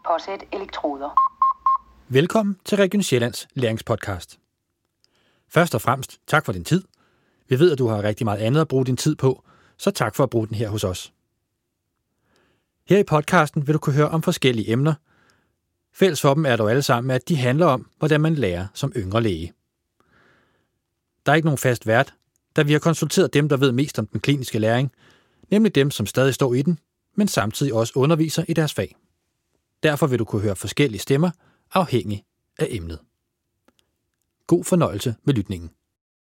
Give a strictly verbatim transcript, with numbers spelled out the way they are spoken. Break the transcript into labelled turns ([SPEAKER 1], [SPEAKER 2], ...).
[SPEAKER 1] Påsæt elektroder.
[SPEAKER 2] Velkommen til Region Sjællands læringspodcast. Først og fremmest tak for din tid. Vi ved, at du har rigtig meget andet at bruge din tid på, så tak for at bruge den her hos os. Her i podcasten vil du kunne høre om forskellige emner. Fælles for dem er dog alle sammen, at de handler om, hvordan man lærer som yngre læge. Der er ikke nogen fast vært, da vi har konsulteret dem, der ved mest om den kliniske læring, nemlig dem, som stadig står i den, men samtidig også underviser i deres fag. Derfor vil du kunne høre forskellige stemmer, afhængig af emnet. God fornøjelse med lytningen.